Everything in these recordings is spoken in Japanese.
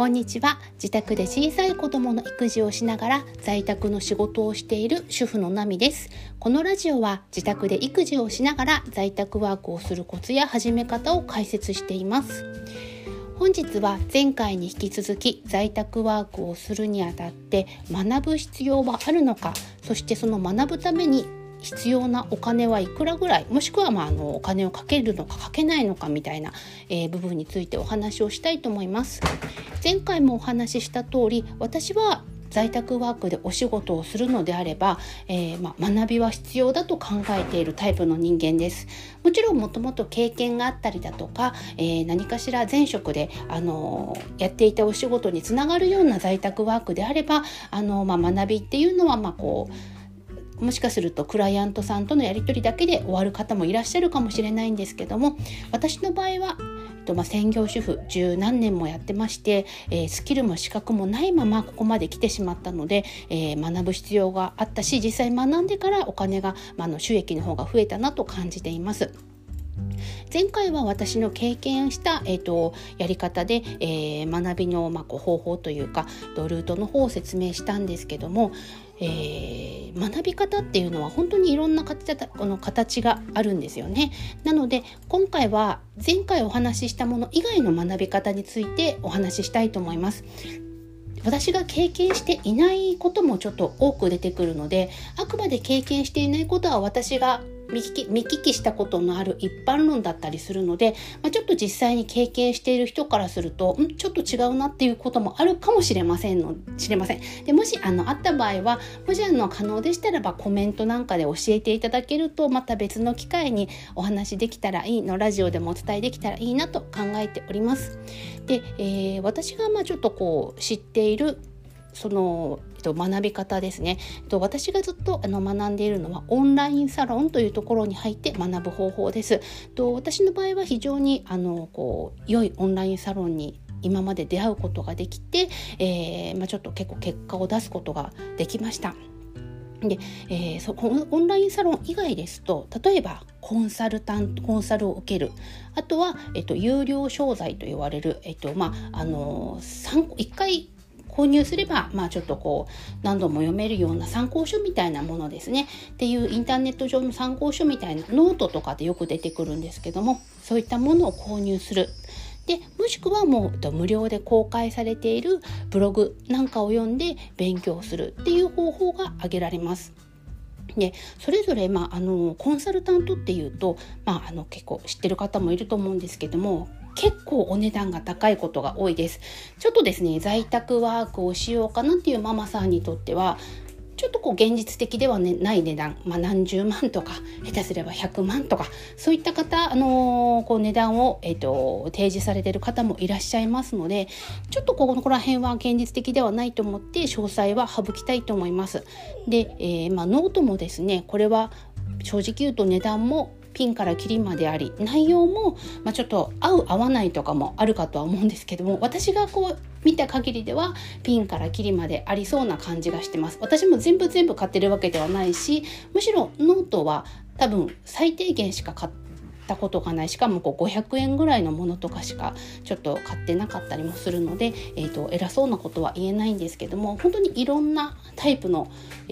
こんにちは。自宅で小さい子供の育児をしながら在宅の仕事をしている主婦のナミです。このラジオは自宅で育児をしながら在宅ワークをするコツや始め方を解説しています。本日は前回に引き続き在宅ワークをするにあたって学ぶ必要はあるのか、そしてその学ぶために必要なお金はいくらぐらい、もしくはお金をかけるのかかけないのかみたいな、部分についてお話をしたいと思います。前回もお話しした通り、私は在宅ワークでお仕事をするのであれば、学びは必要だと考えているタイプの人間です。もちろんもともと経験があったりだとか、何かしら前職で、やっていたお仕事につながるような在宅ワークであれば、学びっていうのはもしかするとクライアントさんとのやり取りだけで終わる方もいらっしゃるかもしれないんですけども、私の場合は、専業主婦十何年もやってまして、スキルも資格もないままここまで来てしまったので、学ぶ必要があったし、実際学んでからお金が、収益の方が増えたなと感じています。前回は私の経験した、やり方で、学びの、方法というかルートの方を説明したんですけども、学び方っていうのは本当にいろんな形があるんですよね。なので今回は前回お話ししたもの以外の学び方についてお話ししたいと思います。私が経験していないこともちょっと多く出てくるので、あくまで経験していないことは私が見聞きしたことのある一般論だったりするので、ちょっと実際に経験している人からするとちょっと違うなっていうこともあるかもしれません。でもしあった場合は、もし可能でしたらばコメントなんかで教えていただけると、また別の機会にお話できたらいいの、ラジオでもお伝えできたらいいなと考えております。で、私がちょっと知っているその学び方ですね。私がずっと学んでいるのはオンラインサロンというところに入って学ぶ方法です。私の場合は非常に良いオンラインサロンに今まで出会うことができて、ちょっと結構結果を出すことができました。で、オンラインサロン以外ですと、例えばコンサルを受ける、あとは、有料商材と言われる、1回購入すれば、ちょっと何度も読めるような参考書みたいなものですねっていうインターネット上の参考書みたいなノートとかでよく出てくるんですけども、そういったものを購入する。でもしくはもう無料で公開されているブログなんかを読んで勉強するっていう方法が挙げられます。でそれぞれ、コンサルタントっていうと、結構知ってる方もいると思うんですけども、結構お値段が高いことが多いです。ちょっとですね、在宅ワークをしようかなっていうママさんにとってはちょっと現実的では、ない値段、何十万とか下手すれば100万とか、そういった方、値段を、提示されている方もいらっしゃいますので、ちょっとここら辺は現実的ではないと思って詳細は省きたいと思います。で、ノートもですね、これは正直言うと値段もピンからキリまであり、内容も、ちょっと合う合わないとかもあるかとは思うんですけども、私が見た限りではピンからキリまでありそうな感じがしてます。私も全部買ってるわけではないし、むしろノートは多分最低限しか買ったことがない、しかも500円ぐらいのものとかしかちょっと買ってなかったりもするので、偉そうなことは言えないんですけども、本当にいろんなタイプの、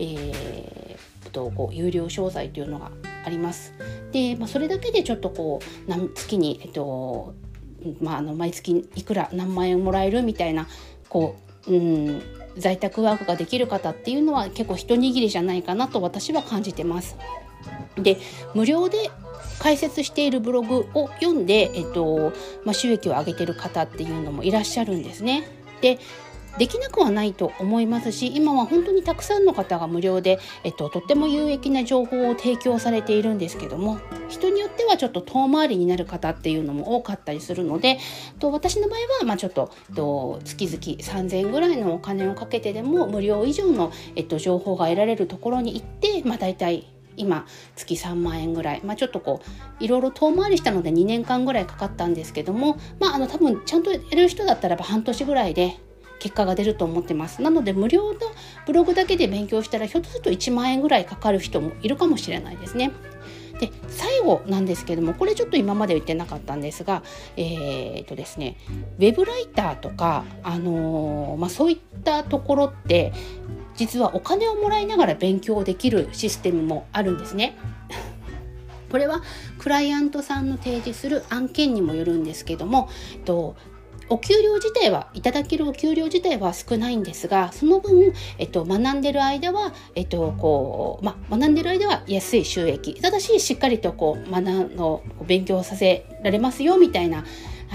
有料商材というのがあります。で、それだけでちょっと月に、毎月いくら何万円もらえるみたいな在宅ワークができる方っていうのは結構一握りじゃないかなと私は感じてます。で、無料で解説しているブログを読んで、収益を上げている方っていうのもいらっしゃるんですね。できなくはないと思いますし、今は本当にたくさんの方が無料で、とっても有益な情報を提供されているんですけども、人によってはちょっと遠回りになる方っていうのも多かったりするので、私の場合はちょっと月々3000円ぐらいのお金をかけてでも無料以上の、情報が得られるところに行って、だいたい今月3万円ぐらい、ちょっといろいろ遠回りしたので2年間ぐらいかかったんですけども、多分ちゃんとやる人だったら半年ぐらいで結果が出ると思ってます。なので無料のブログだけで勉強したらひょっとすると1万円ぐらいかかる人もいるかもしれないですね。 で最後なんですけども、これちょっと今まで言ってなかったんですが、ですね、ウェブライターとか、そういったところって実はお金をもらいながら勉強できるシステムもあるんですね。これはクライアントさんの提示する案件にもよるんですけども、お給料自体はいただけるお給料自体は少ないんですが、その分、学んでる間は、学んでる間は安い収益、ただししっかりと勉強させられますよみたいな、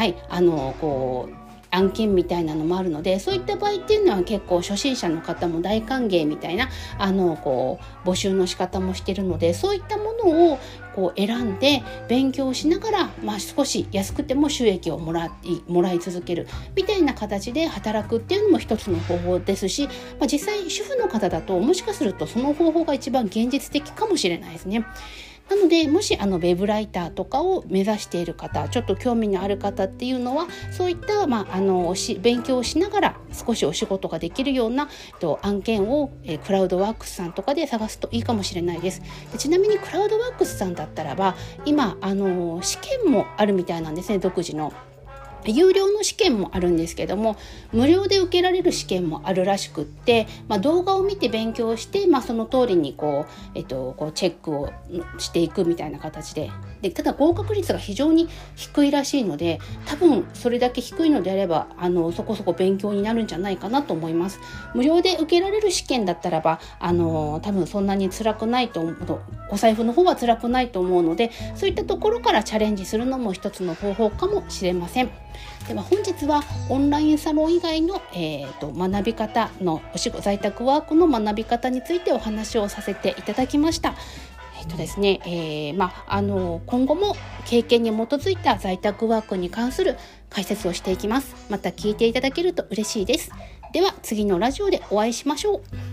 案件みたいなのもあるので、そういった場合っていうのは結構初心者の方も大歓迎みたいな募集の仕方もしているので、そういったものを選んで勉強しながら、少し安くても収益をもらい続けるみたいな形で働くっていうのも一つの方法ですし、実際主婦の方だともしかするとその方法が一番現実的かもしれないですね。なので、もしウェブライターとかを目指している方、ちょっと興味のある方っていうのは、そういった、勉強をしながら少しお仕事ができるような案件をクラウドワークスさんとかで探すといいかもしれないです。ちなみにクラウドワークスさんだったらば、今試験もあるみたいなんですね。独自の有料の試験もあるんですけども、無料で受けられる試験もあるらしくって、動画を見て勉強して、その通りにチェックをしていくみたいな形で、ただ合格率が非常に低いらしいので、多分それだけ低いのであればそこそこ勉強になるんじゃないかなと思います。無料で受けられる試験だったらば多分そんなに辛くないと思う、お財布の方は辛くないと思うので、そういったところからチャレンジするのも一つの方法かもしれません。では本日はオンラインサロン以外の、学び方の在宅ワークの学び方についてお話をさせていただきました。ですね、今後も経験に基づいた在宅ワークに関する解説をしていきます。また聞いていただけると嬉しいです。では次のラジオでお会いしましょう。